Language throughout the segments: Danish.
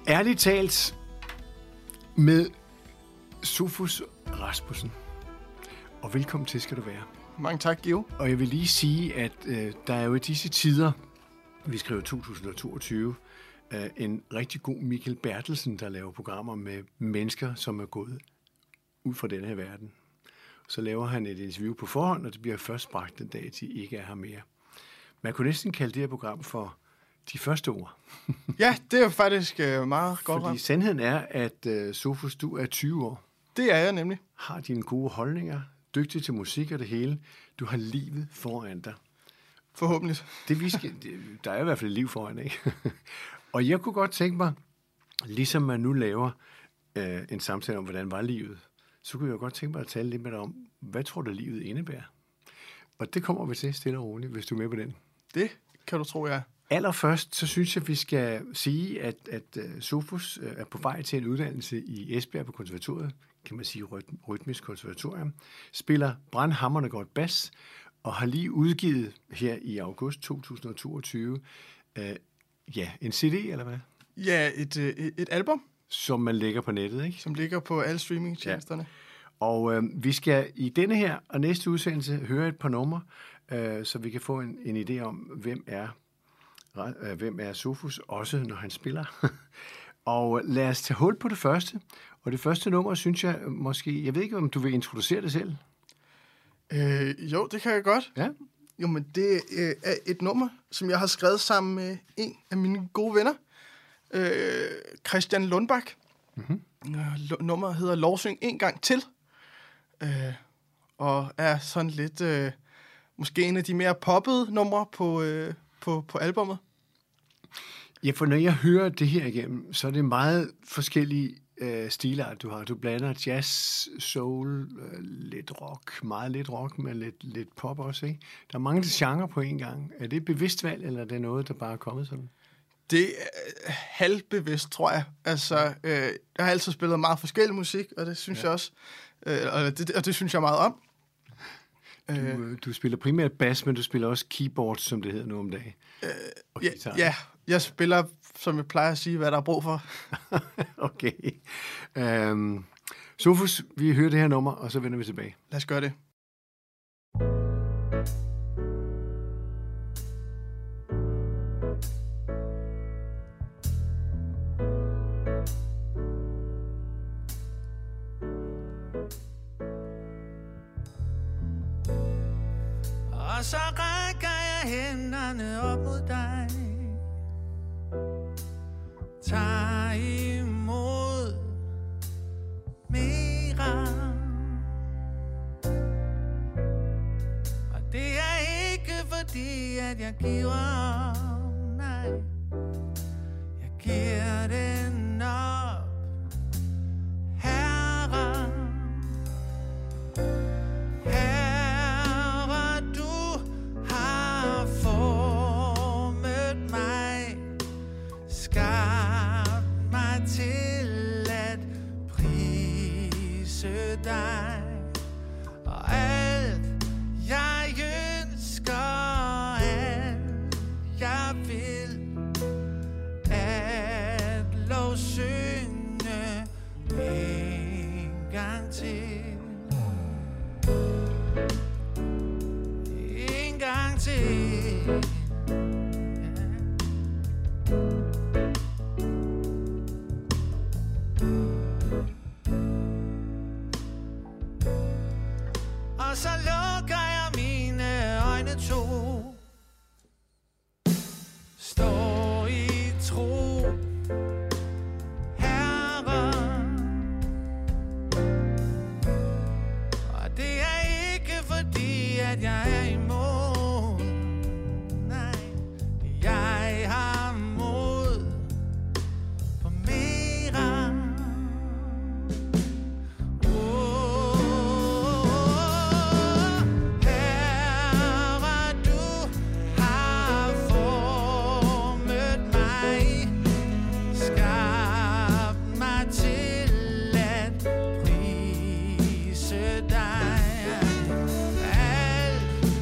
Ærligt talt med Sofus Rasmussen. Og velkommen til skal du være. Mange tak, Geo. Og jeg vil lige sige, at der er jo i disse tider, vi skriver 2022, en rigtig god Michael Bertelsen, der laver programmer med mennesker, som er gået ud fra den her verden. Så laver han et interview på forhånd, og det bliver først bragt den dag, de ikke er her mere. Man kunne næsten kalde det her program for de første ord. Ja, det er jo faktisk meget godt. Fordi sandheden er, at Sofus, du er 20 år. Det er jeg nemlig. Har dine gode holdninger, dygtig til musik og det hele. Du har livet foran dig. Forhåbentlig. Der er i hvert fald et liv foran, ikke? Og jeg kunne godt tænke mig, ligesom man nu laver en samtale om, hvordan var livet, så kunne jeg godt tænke mig at tale lidt med dig om, hvad tror du, livet indebærer? Og det kommer vi til stille og roligt, hvis du er med på den. Det kan du tro, jeg er. Allerførst, så synes jeg, vi skal sige, at Sofus er på vej til en uddannelse i Esbjerg på konservatoriet, kan man sige rytmisk konservatorium, spiller brandhamrende godt bas, og har lige udgivet her i august 2022, en CD, eller hvad? Ja, et album. Som man lægger på nettet, ikke? Som ligger på alle streamingtjenesterne. Ja. Og vi skal i denne her og næste udsendelse høre et par numre, så vi kan få en idé om, hvem er Sofus, også når han spiller. Og lad os tage hul på det første. Og det første nummer, synes jeg måske... Jeg ved ikke, om du vil introducere dig selv? Jo, det kan jeg godt. Ja? Jo, men det er et nummer, som jeg har skrevet sammen med en af mine gode venner. Christian Lundbak. Mm-hmm. Nummeret hedder Lovsyng en gang til. Og er sådan lidt... måske en af de mere poppede numre på albummet. Ja, for når jeg hører det her igennem, så er det meget forskellige stilart, du har. Du blander jazz, soul, lidt rock, meget lidt rock, men lidt pop også, ikke? Der er mange genre på en gang. Er det et bevidst valg, eller er det noget, der bare er kommet sådan? Det er halvbevidst, tror jeg. Altså, jeg har altid spillet meget forskellig musik, og det synes jeg også, og det synes jeg meget om. Du spiller primært bass, men du spiller også keyboard, som det hedder nu om dagen. Ja, jeg spiller, som jeg plejer at sige, hvad der er brug for. Okay. Sofus, vi hører det her nummer, og så vender vi tilbage. Lad os gøre det. Og så rækker jeg hænderne op mod dig. Tag imod mere. Og det er ikke fordi, at jeg giver. Nej, jeg giver den op. Herre, til at prise dig, og alt jeg ønsker, alt jeg vil, at lovsynge en gang til, en gang til. Og så lukker jeg mine øjne to. Står i tro, Herre. Og det er ikke fordi, at jeg er imod. Nej, jeg har mod på mere. Dig. Alt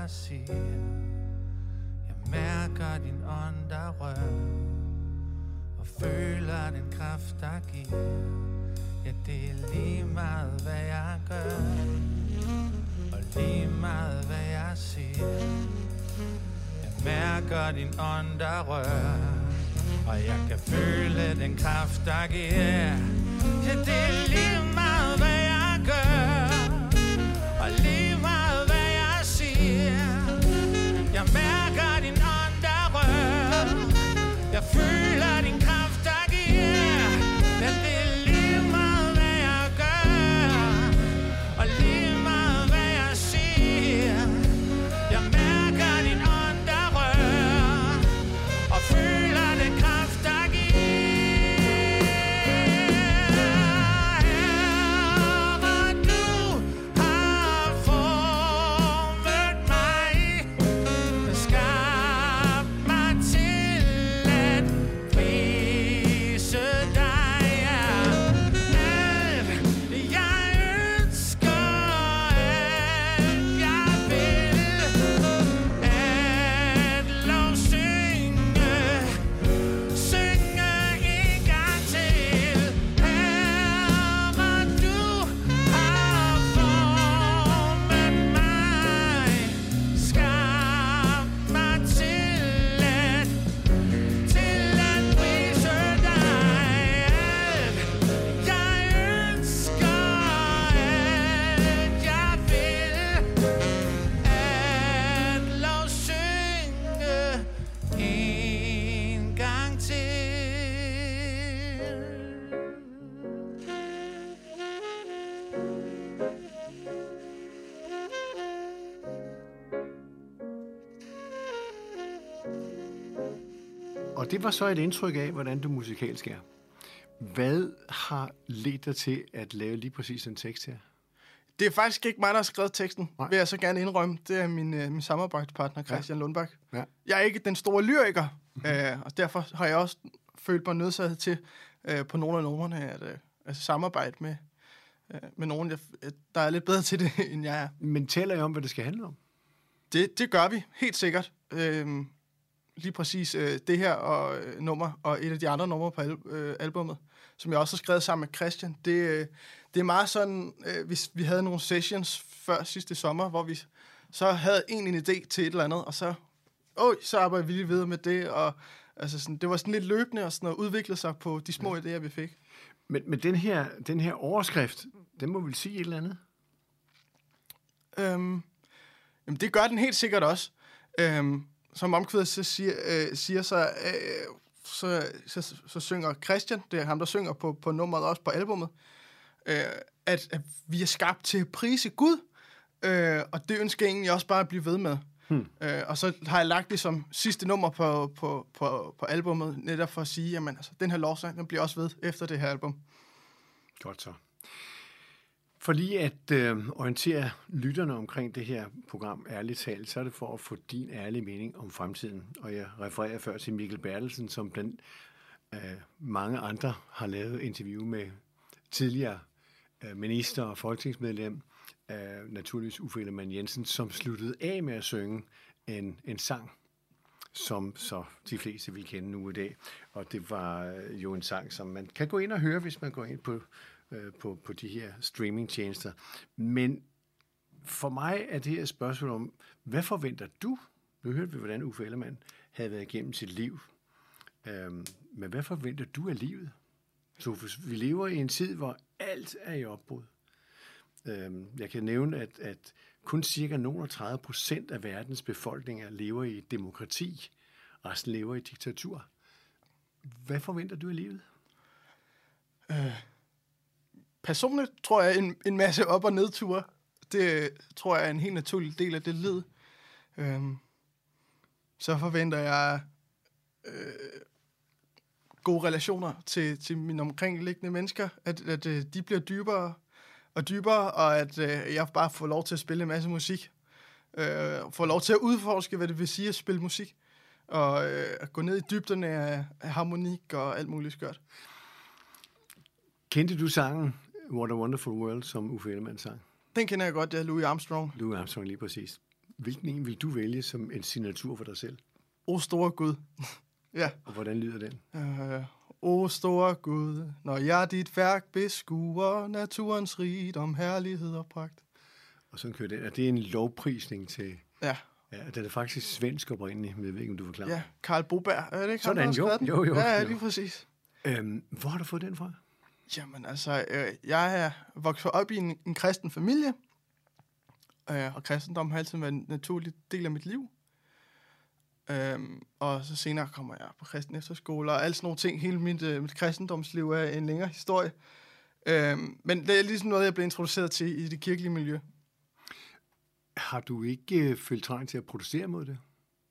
jeg siger. Jeg mærker din ånd, der rører, og føler den kraft, der giver. Ja, det er lige meget, hvad jeg gør, og lige meget, hvad jeg siger. Jeg mærker din ånd, der rører, og jeg kan føle den kraft, der giver. Ja, det er lige meget, hvad jeg gør, og lige meget, hvad jeg siger. Jeg mærker din ånd, der rører, jeg føler din kraft, der giver. Ja, det er lige meget, hvad jeg gør, og lige meget, hvad jeg siger. Jeg mærker din ånd, der rører, og føler den kraft, der Og det var så et indtryk af, hvordan du musikalsk er. Hvad har ledt dig til at lave lige præcis en tekst her? Det er faktisk ikke mig, der har skrevet teksten, Nej. vil jeg så gerne indrømme. Det er min samarbejdspartner, Christian Lundbak. Ja. Jeg er ikke den store lyriker, og derfor har jeg også følt mig nødsaget til på nogle af numrene at samarbejde med nogen, der er lidt bedre til det, end jeg er. Men taler jeg om, hvad det skal handle om? Det gør vi, helt sikkert. Lige præcis det her nummer, og et af de andre numre på albummet, som jeg også har skrevet sammen med Christian. Det er meget sådan, hvis vi havde nogle sessions før sidste sommer, hvor vi så havde en idé til et eller andet, og så arbejdede vi lige videre med det, og altså sådan, det var sådan lidt løbende og sådan at udvikle sig på de små idéer, vi fik. Men den her overskrift, den må vel sige et eller andet? Jamen, det gør den helt sikkert også. Som omkvædet siger så synger Christian, det er ham, der synger på nummeret, også på albummet, at vi er skabt til at prise Gud, og det ønsker jeg egentlig også bare at blive ved med. Og så har jeg lagt det som sidste nummer på albummet, netop for at sige, jamen, altså, den her lovsang, den bliver også ved efter det her album. Godt så. For lige at orientere lytterne omkring det her program, ærligt talt, så er det for at få din ærlige mening om fremtiden. Og jeg refererer før til Mikkel Bertelsen, som blandt mange andre har lavet interview med tidligere minister og folketingsmedlem, naturligvis Uffe Ellemann-Jensen, som sluttede af med at synge en sang, som så de fleste vil kende nu i dag. Og det var jo en sang, som man kan gå ind og høre, hvis man går ind på de her streamingtjenester. Men for mig er det her et spørgsmål om, hvad forventer du? Nu hørte vi, hvordan Uffe Ellemann havde været igennem sit liv. Men hvad forventer du af livet? Så vi lever i en tid, hvor alt er i opbrud. Jeg kan nævne, at kun cirka 30% af verdens befolkninger lever i demokrati. Resten lever i diktatur. Hvad forventer du af livet? Personligt tror jeg en masse op- og nedture. Det tror jeg er en helt naturlig del af det liv. Så forventer jeg gode relationer til mine omkringliggende mennesker. At de bliver dybere og dybere, og at jeg bare får lov til at spille en masse musik. Får lov til at udforske, hvad det vil sige at spille musik. Og at gå ned i dybderne af harmonik og alt muligt skørt. Kendte du sangen What a Wonderful World, som Uffe Ellemann sang? Den kender jeg godt, det er Louis Armstrong. Louis Armstrong, lige præcis. Hvilken en vil du vælge som en signatur for dig selv? O store Gud. Ja. Og hvordan lyder den? O store Gud, når jeg dit værk beskuer, naturens rigdom, herlighed og pragt. Og sådan kører den. Og det er en lovprisning til... Ja. Ja, den er faktisk svensk oprindelig, men jeg ved ikke, om du var klar. Ja, Karl Boberg, er det ikke? Sådan, jo. Ja, lige præcis. Hvor har du fået den fra? Jamen altså, jeg er vokset op i en kristen familie, og kristendom har altid været en naturlig del af mit liv. Og så senere kommer jeg på kristen efterskole, og alle sådan nogle ting. Hele mit kristendomsliv er en længere historie. Men det er ligesom noget, jeg blev introduceret til i det kirkelige miljø. Har du ikke følt trang til at protestere mod det?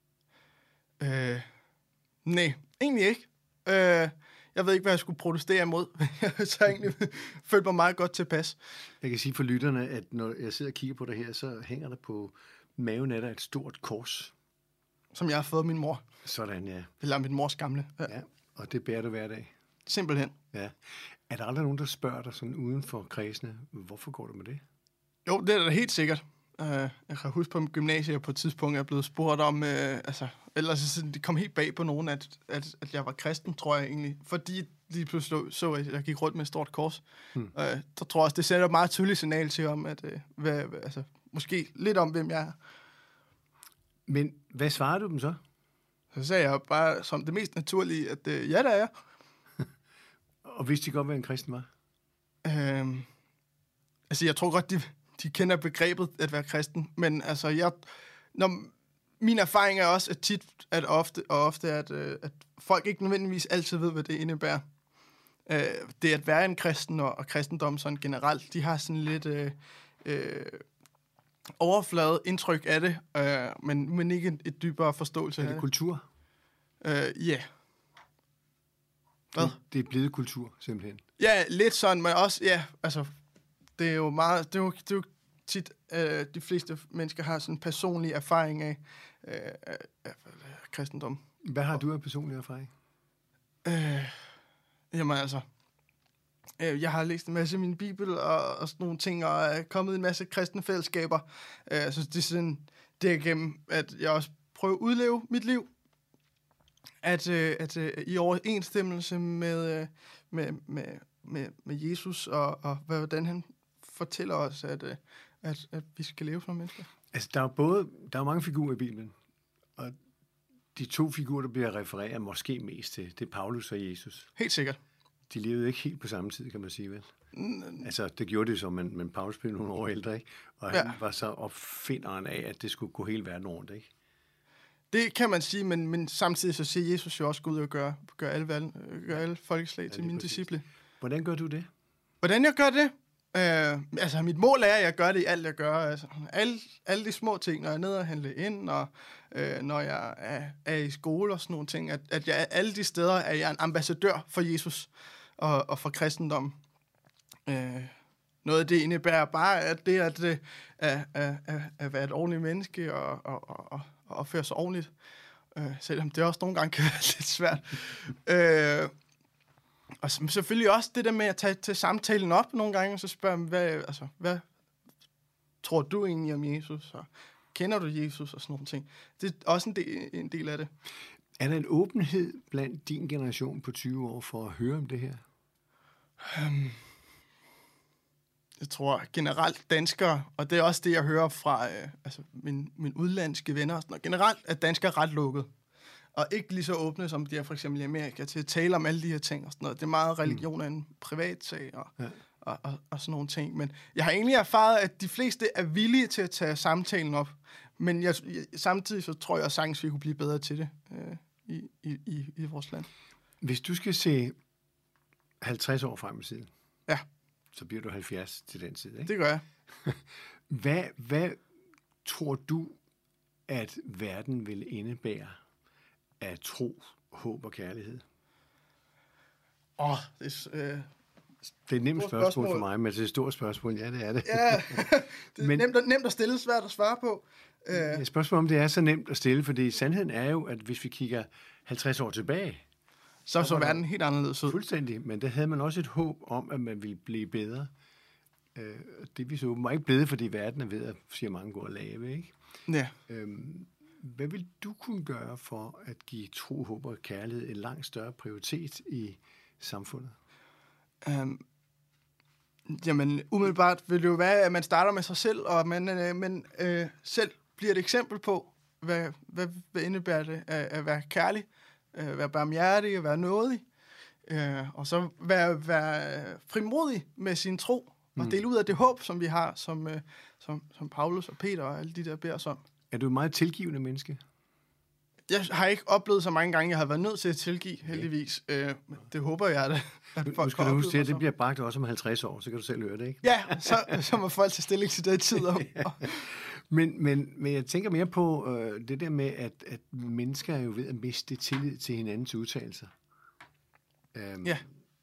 Nej, egentlig ikke. Jeg ved ikke, hvad jeg skulle protestere imod. Så jeg egentlig følte mig meget godt tilpas. Jeg kan sige for lytterne, at når jeg sidder og kigger på det her, så hænger der på maven af dig et stort kors. Som jeg har fået af min mor. Sådan, ja. Eller min mors gamle. Ja, og det bærer du hver dag. Simpelthen. Ja. Er der aldrig nogen, der spørger dig sådan uden for kredsene, hvorfor går du med det? Jo, det er da helt sikkert. Jeg kan huske på gymnasiet på et tidspunkt, jeg er blevet spurgt om, ellers det kom helt bag på nogen, at jeg var kristen, tror jeg egentlig. Fordi de pludselig så, at jeg gik rundt med et stort kors. Der tror jeg også, det sender et meget tydeligt signal til om, at måske lidt om, hvem jeg er. Men hvad svarede du dem så? Så sagde jeg bare som det mest naturlige, at ja, der er jeg. Og vidste de godt, hvad en kristen var? Jeg tror godt, de kender begrebet at være kristen, men altså, min erfaring er også, at ofte, at folk ikke nødvendigvis altid ved, hvad det indebærer. Det at være en kristen og kristendom sådan generelt, de har sådan lidt overfladet indtryk af det, men ikke et dybere forståelse af det. Er det kultur? Ja. Hvad? Det er blevet kultur, simpelthen. Ja, lidt sådan, men også, ja, altså, det er jo meget, det er jo tit, de fleste mennesker har sådan en personlig erfaring af kristendom. Hvad har du af personlig erfaring? Jamen altså, jeg har læst en masse i min bibel og sådan nogle ting, og er kommet i en masse kristne fællesskaber. Så det er sådan, det er gennem, at jeg også prøver at udleve mit liv, at i overensstemmelse med Jesus, og hvordan han fortæller os, at vi skal leve som mennesker. Altså, der er mange figurer i Bibelen, og de to figurer, der bliver refereret måske mest til, det er Paulus og Jesus. Helt sikkert. De levede ikke helt på samme tid, kan man sige, vel? Altså, det gjorde det så, men Paulus blev nogle år ældre, ikke? Og han var så opfinderen af, at det skulle gå hele verden rundt, ikke? Det kan man sige, men samtidig så siger Jesus jo også, Gud at gøre alle folkeslag til mine disciple. Hvordan gør du det? Hvordan jeg gør det? Mit mål er, at jeg gør det i alt, jeg gør. Altså, alle de små ting, når jeg er nede og handle ind, og når jeg er i skole og sådan nogle ting, at jeg alle de steder er jeg en ambassadør for Jesus og for kristendom. Noget af det indebærer bare, at det at være et ordentligt menneske og opføre sig ordentligt, selvom det også nogle gange kan være lidt svært. Og selvfølgelig også det der med at tage samtalen op nogle gange, og så spørge dem, hvad tror du egentlig om Jesus, og kender du Jesus og sådan nogle ting. Det er også en del af det. Er der en åbenhed blandt din generation på 20 år for at høre om det her? Jeg tror generelt danskere, og det er også det, jeg hører fra mine udlandske venner, og sådan noget. Generelt er danskere ret lukket. Og ikke lige så åbne, som de er for eksempel i Amerika, til at tale om alle de her ting og sådan noget. Det er meget religion af en privatsag og sådan nogle ting. Men jeg har egentlig erfaret, at de fleste er villige til at tage samtalen op. Men samtidig så tror jeg, at sagtens vi kunne blive bedre til det i vores land. Hvis du skal se 50 år frem i tiden, ja, så bliver du 70 til den tid, ikke? Det gør jeg. Hvad tror du, at verden vil indebære af tro, håb og kærlighed? Det er et nemt spørgsmål for mig, men det er et stort spørgsmål. Ja, det er det. Ja, det er nemt at stille, svært at svare på. Spørgsmålet om det er så nemt at stille, fordi sandheden er jo, at hvis vi kigger 50 år tilbage, så verden helt anderledes ud. Fuldstændig, men der havde man også et håb om, at man ville blive bedre. Det vi så var ikke blevet, fordi verden er ved at, siger mange, går og lave, ikke? Ja. Hvad vil du kunne gøre for at give tro, håb og kærlighed en langt større prioritet i samfundet? Jamen, umiddelbart vil det jo være, at man starter med sig selv, og man selv bliver et eksempel på, hvad indebærer det at være kærlig, være barmhjertig og være nådig, og så være frimodig med sin tro, og dele ud af det håb, som vi har, som Paulus og Peter og alle de der beder os om. Er du et meget tilgivende menneske? Jeg har ikke oplevet så mange gange, jeg har været nødt til at tilgive, heldigvis. Det håber jeg da. Nu skal du huske, at det bliver bragt også om 50 år, så kan du selv høre det, ikke? Ja, så må folk tage stilling til det i tid om. Ja. Men jeg tænker mere på det der med, at mennesker er jo ved at miste tillid til hinandens udtalelser. Ja.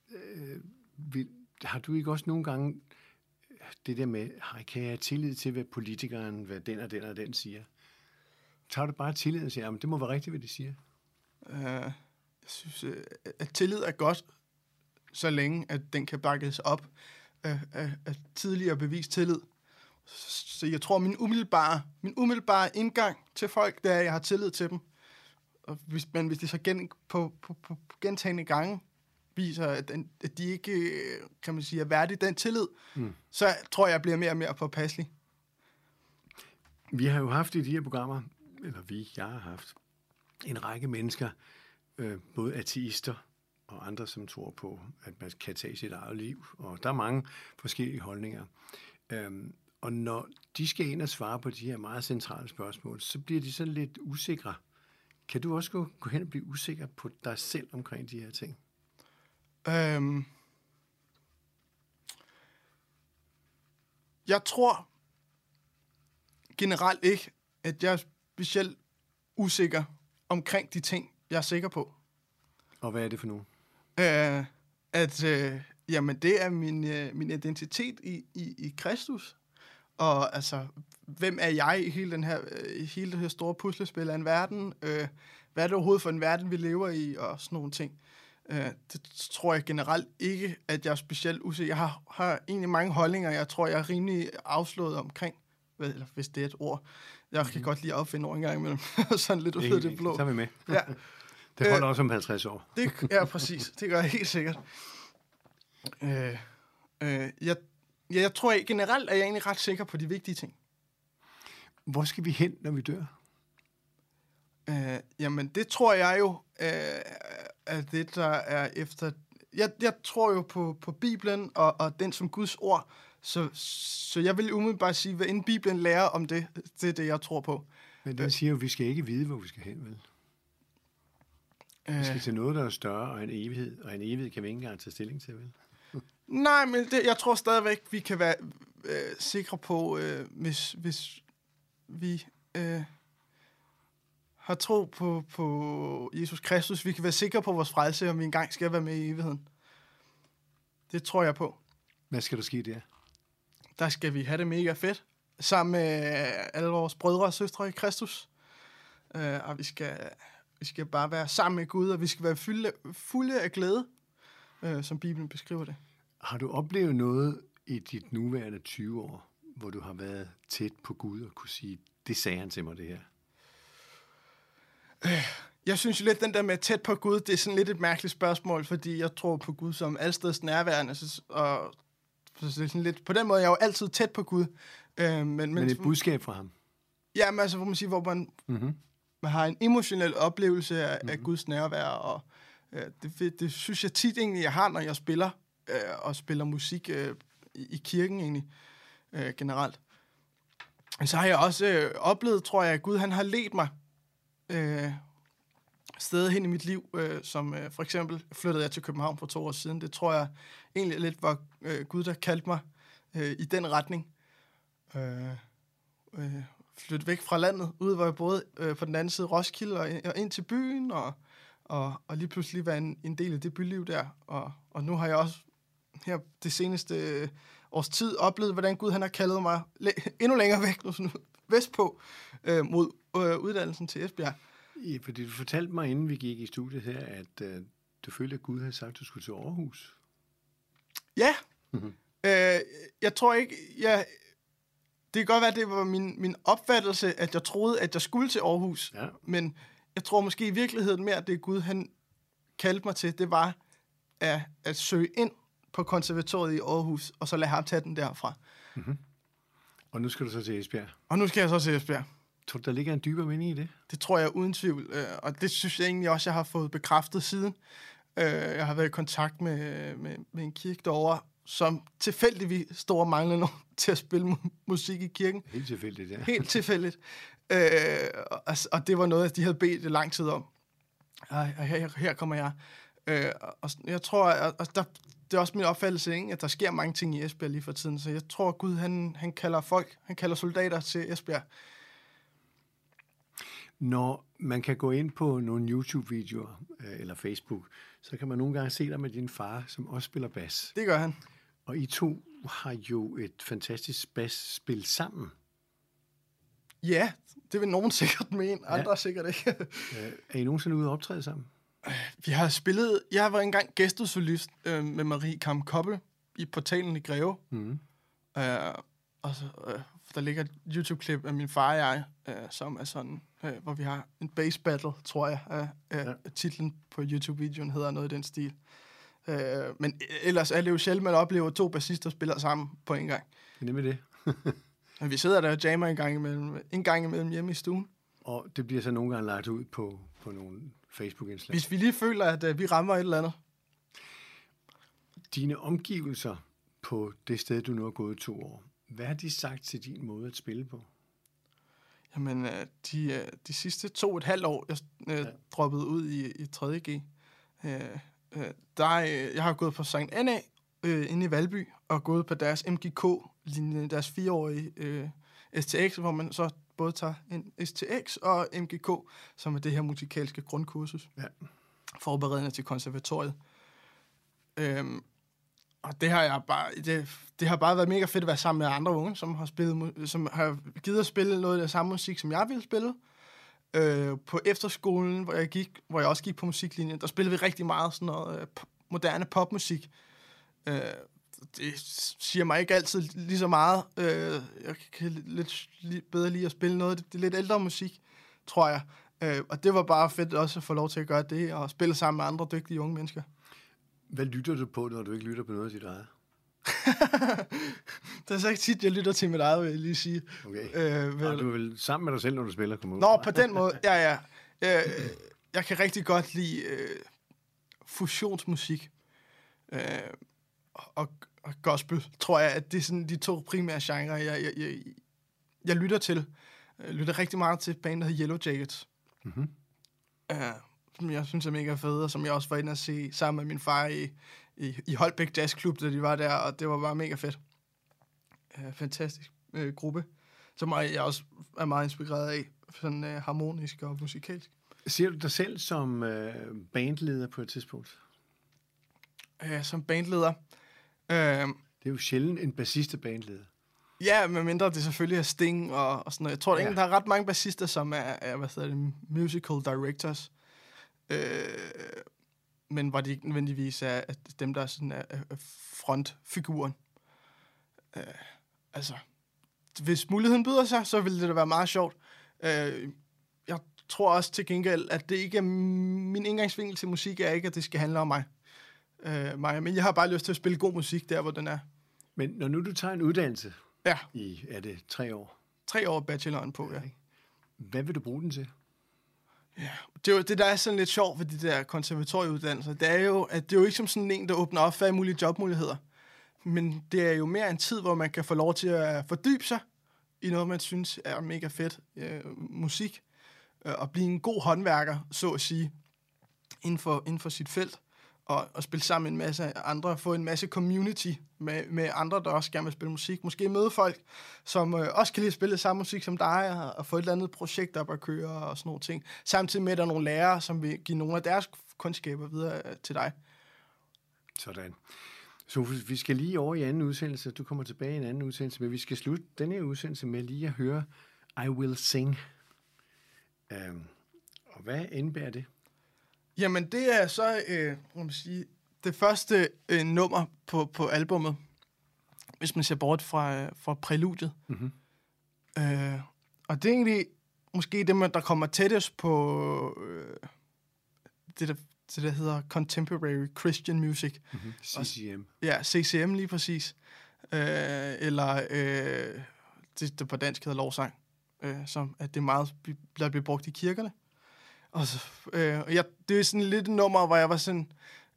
Har du ikke også nogle gange det der med, kan jeg have tillid til, hvad politikeren, hvad den og den siger? Tager du bare tillid og siger, jamen det må være rigtigt, hvad de siger? Jeg synes, at tillid er godt, så længe at den kan bakkes op af tidligere bevist tillid. Så jeg tror, min umiddelbare indgang til folk, det er, at jeg har tillid til dem. Og hvis det så på gentagne gange viser, at de ikke, kan man sige, er værdige den tillid, så tror jeg bliver mere og mere påpasselig. Vi har jo haft i de her programmer, jeg har haft en række mennesker, både ateister og andre, som tror på, at man kan tage sit eget liv. Og der er mange forskellige holdninger. Og når de skal ind og svare på de her meget centrale spørgsmål, så bliver de sådan lidt usikre. Kan du også gå hen og blive usikker på dig selv omkring de her ting? Jeg tror generelt ikke, at jeg er specielt usikker omkring de ting, jeg er sikker på. Og hvad er det for nogle? Jamen, det er min identitet i Kristus. Og altså, hvem er jeg i hele det her store puslespil af en verden? Hvad er det overhovedet for en verden, vi lever i? Og sådan nogle ting. Det tror jeg generelt ikke, at jeg er specielt usikker. Jeg har egentlig mange holdninger, jeg tror, jeg er rimelig afslået omkring. Eller hvis det er et ord. Jeg kan godt lide at opfinde ord en gang imellem. Sådan lidt ud af det blå. Så er vi med. Ja. Det holder også om 50 år. Ja, præcis. Det gør jeg helt sikkert. Jeg tror ikke, generelt er jeg egentlig ret sikker på de vigtige ting. Hvor skal vi hen, når vi dør? Jamen, det tror jeg jo, er det, der er efter... Jeg tror jo på Bibelen og den som Guds ord, så jeg vil umiddelbart sige, hvad inden Bibelen lærer om det, det er det, jeg tror på. Men den siger jo, at vi skal ikke vide, hvor vi skal hen, vel? Vi skal til noget, der er større og en evighed, og en evighed kan vi ikke engang tage stilling til, vel? Nej, men jeg tror stadigvæk, vi kan være sikre på, hvis vi har tro på Jesus Kristus, vi kan være sikre på vores frelse, om vi engang skal være med i evigheden. Det tror jeg på. Hvad skal der ske der? Der skal vi have det mega fedt, sammen med alle vores brødre og søstre i Kristus. Og vi skal bare være sammen med Gud, og vi skal være fulde af glæde, som Bibelen beskriver det. Har du oplevet noget i dit nuværende 20 år, hvor du har været tæt på Gud og kunne sige, det sagde han til mig, det her? Jeg synes jo lidt, den der med tæt på Gud, det er sådan lidt et mærkeligt spørgsmål, fordi jeg tror på Gud som allesteds nærværende, og så det er sådan lidt, på den måde jeg er jo altid tæt på Gud. Men et budskab fra ham? Ja, men altså, hvor man har en emotionel oplevelse af Guds nærvær, og det synes jeg tit egentlig, jeg har, når jeg spiller musik i kirken egentlig, generelt. Så har jeg også oplevet, tror jeg, at Gud han har ledt mig steder hen i mit liv, som for eksempel flyttede jeg til København for 2 år siden. Det tror jeg egentlig lidt var Gud, der kaldte mig i den retning. Flytte væk fra landet, ud hvor jeg boede på den anden side Roskilde og ind til byen, og lige pludselig være en del af det byliv der. Og nu har jeg også her det seneste års tid oplevet, hvordan Gud han har kaldet mig endnu længere væk, nu sådan vestpå, mod uddannelsen til Esbjerg. Ja, fordi du fortalte mig, inden vi gik i studiet her, at du følte, at Gud havde sagt, at du skulle til Aarhus. Ja. Jeg tror ikke, det kan godt være, det var min opfattelse, at jeg troede, at jeg skulle til Aarhus. Ja. Men jeg tror måske i virkeligheden mere, at det Gud, han kaldte mig til, det var at søge ind på konservatoriet i Aarhus, og så lade ham tage den derfra. Mm-hmm. Og nu skal du så til Esbjerg. Og nu skal jeg så til Esbjerg. Tror du, der ligger en dybere mening i det? Det tror jeg uden tvivl, og det synes jeg egentlig også, jeg har fået bekræftet siden. Jeg har været i kontakt med en kirke derovre, som tilfældigvis står og mangler nogen til at spille musik i kirken. Helt tilfældigt, ja. Helt tilfældigt. Og det var noget, de havde bedt det lang tid om. Og her kommer jeg. Og jeg tror, det er også min opfattelse, ikke? At der sker mange ting i Esbjerg lige for tiden. Så jeg tror, Gud, han kalder folk, han kalder soldater til Esbjerg. Når man kan gå ind på nogle YouTube-videoer eller Facebook, så kan man nogle gange se dig med din far, som også spiller bas. Det gør han. Og I to har jo et fantastisk basspil sammen. Ja, det vil nogen sikkert mene, andre sikkert ikke. Er I nogensinde ude og optræde sammen? Vi har spillet... Jeg var engang gæstesolist med Marie Kam Koppel i Portalen i Greve. Mm. Og så, der ligger et YouTube-klip af min far og jeg, som er sådan, hvor vi har en bass battle, tror jeg. Titlen på YouTube-videoen hedder noget i den stil. Men ellers er det jo sjældent, man oplever, at to bassister spiller sammen på en gang. Det er nemlig det. Men vi sidder der og jammer en gang imellem hjemme i stuen. Og det bliver så nogle gange lagt ud på nogle Facebook-indslag. Hvis vi lige føler, at vi rammer et eller andet. Dine omgivelser på det sted, du nu har gået 2 år, hvad har de sagt til din måde at spille på? Jamen, de sidste 2,5 år, jeg droppede ud i 3.G, jeg har gået på Sankt Anna inde i Valby, og gået på deres MGK-linje, deres 4-årige STX, hvor man så både tager en STX og MGK, som er det her musikalske grundkursus, forberedende til konservatoriet. Og det har jeg bare, det har bare været mega fedt at være sammen med andre unge, som har givet at spille noget af det samme musik, som jeg ville spille. På efterskolen, hvor jeg også gik på musiklinjen, der spillede vi rigtig meget sådan noget moderne popmusik. Det siger mig ikke altid lige så meget. Jeg kan lidt bedre lide at spille noget. Det er lidt ældre musik, tror jeg. Og det var bare fedt også at få lov til at gøre det, og spille sammen med andre dygtige unge mennesker. Hvad lytter du på, når du ikke lytter på noget af dit eget? Det er så ikke tit, jeg lytter til mit eget, vil jeg lige sige. Okay. Du er vel sammen med dig selv, når du spiller? Nå, på den måde. Ja. Jeg kan rigtig godt lide fusionsmusik og gospel, tror jeg, at det er sådan de 2 primære genrer, jeg lytter til. Jeg lytter rigtig meget til bandet, der hedder Yellow Jackets. Mm-hmm. Som jeg synes er mega fede, og som jeg også var inde at se sammen med min far i Holbæk Jazzklub, da de var der, og det var bare mega fedt. Fantastisk gruppe, som jeg også er meget inspireret af, sådan harmonisk og musikalsk. Ser du dig selv som bandleder på et tidspunkt? Som bandleder? Det er jo sjældent en bassist bandleder. Ja, medmindre det selvfølgelig er Sting og sådan noget. Jeg tror, der er ret mange bassister, som er musical directors. Men hvor de ikke nødvendigvis er dem, der sådan er frontfiguren. Altså, hvis muligheden byder sig, så ville det da være meget sjovt. Jeg tror også til gengæld, at det ikke er min indgangsvinkel til musik, er ikke, at det skal handle om mig. Men jeg har bare lyst til at spille god musik der, hvor den er. Men når nu du tager en uddannelse i, er det 3 år? 3 år bacheloren på, ja. Hvad vil du bruge den til? Ja, det er jo det, der er sådan lidt sjovt ved de der konservatorieuddannelser. Det er jo, at det er jo ikke som sådan en, der åbner op for alle mulige jobmuligheder. Men det er jo mere en tid, hvor man kan få lov til at fordybe sig i noget, man synes er mega fedt musik. Og blive en god håndværker, så at sige, inden for sit felt. Og spille sammen med en masse andre, få en masse community med andre, der også gerne vil spille musik. Måske møde folk, som også kan lide at spille samme musik som dig, og få et eller andet projekt op at køre og sådan nogle ting. Samtidig med, at der er nogle lærere, som vil give nogle af deres kundskaber videre til dig. Sådan. Så vi skal lige over i anden udsendelse. Du kommer tilbage i en anden udsendelse, men vi skal slutte denne her udsendelse med lige at høre I Will Sing. Og hvad indebærer det? Jamen, det er så, det første nummer på albummet, hvis man ser bort fra præludiet. Mm-hmm. Og det er egentlig måske det, der kommer tættest på det, der hedder Contemporary Christian Music. Mm-hmm. CCM. Ja, CCM lige præcis. Eller det på dansk hedder lovsang. Som at det er meget, der bliver brugt i kirkerne. Og så, det er sådan lidt et nummer, hvor jeg var sådan...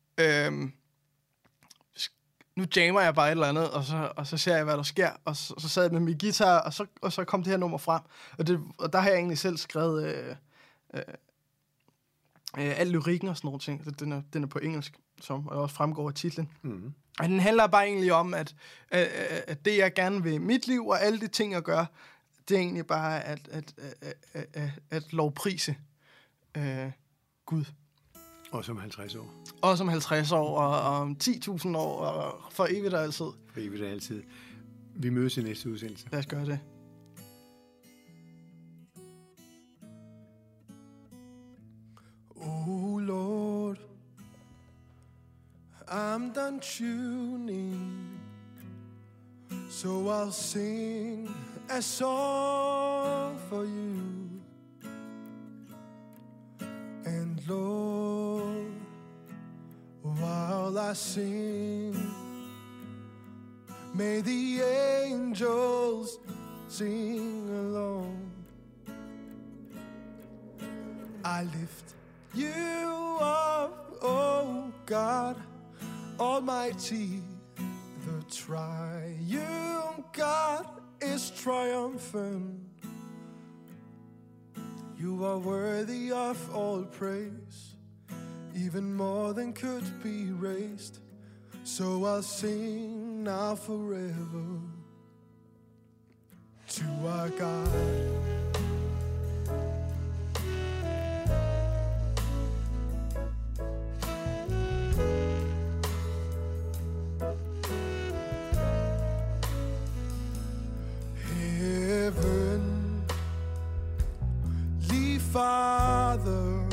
nu jammer jeg bare et eller andet, og så ser jeg, hvad der sker. Og så sad jeg med min guitar, og så kom det her nummer frem. Og der har jeg egentlig selv skrevet al lyrikken og sådan nogle ting. Den er på engelsk, som også fremgår af titlen. Mm-hmm. Og den handler bare egentlig om, at det, jeg gerne vil i mit liv, og alle de ting, jeg gør, det er egentlig bare at lovprise Gud. Og som 50 år. Og som 50 år, og om 10.000 år, og for evigt og altid. For evigt og altid. Vi mødes i næste udsendelse. Lad os gøre det. Oh Lord, I'm done tuning, so I'll sing a song for you. And Lord, while I sing, may the angels sing along. I lift you up, oh God Almighty. The triune God is triumphant. You are worthy of all praise, even more than could be raised. So I'll sing now forever to our God. Father,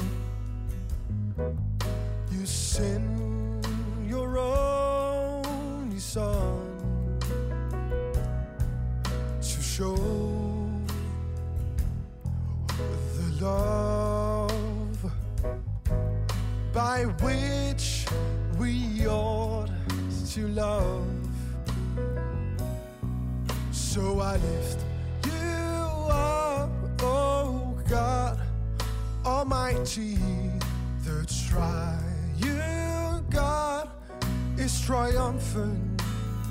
you send your only Son to show the love by which we ought to love. So I lift you up, oh God Almighty. The triune God is triumphant.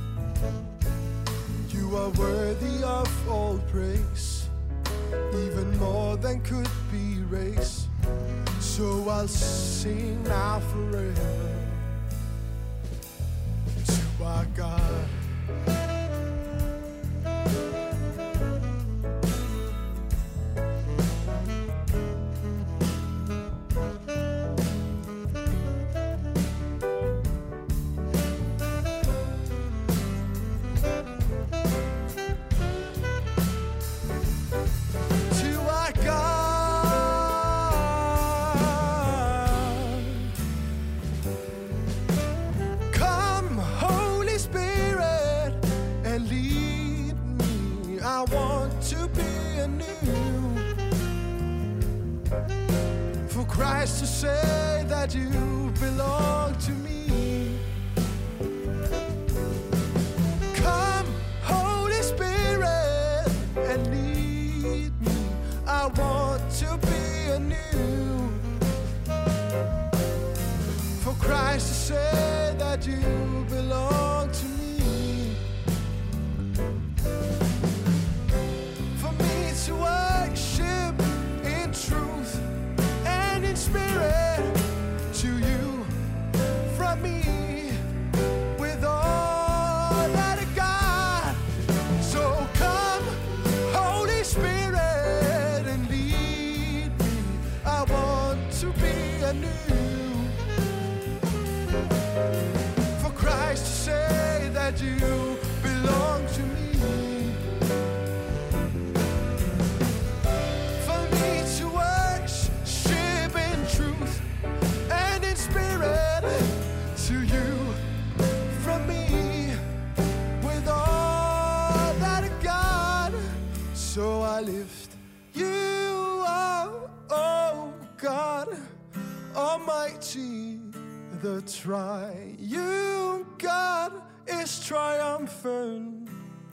You are worthy of all praise, even more than could be raised. So I'll sing now forever to our God. Christ to say that you belong to me. Come, Holy Spirit, and lead me. I want to be anew. For Christ to say that you belong to me. For me to worship in truth, in spirit, to you from I lift you up, oh God Almighty. The triune God is triumphant.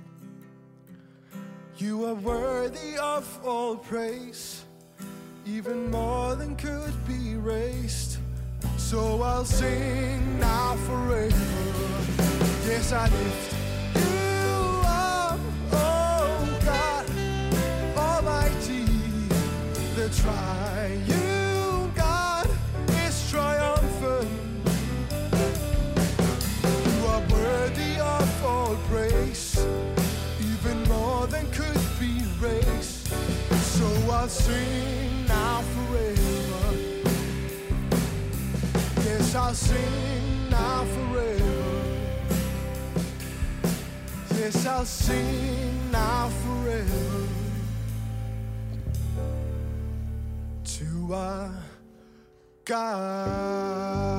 You are worthy of all praise, even more than could be raised. So I'll sing now forever. Yes, I lift you up, oh God Almighty. The triune God is triumphant. You are worthy of all praise, even more than could be raised. So I'll sing now forever. Yes, I'll sing now forever. Yes, I'll sing now forever. To our God.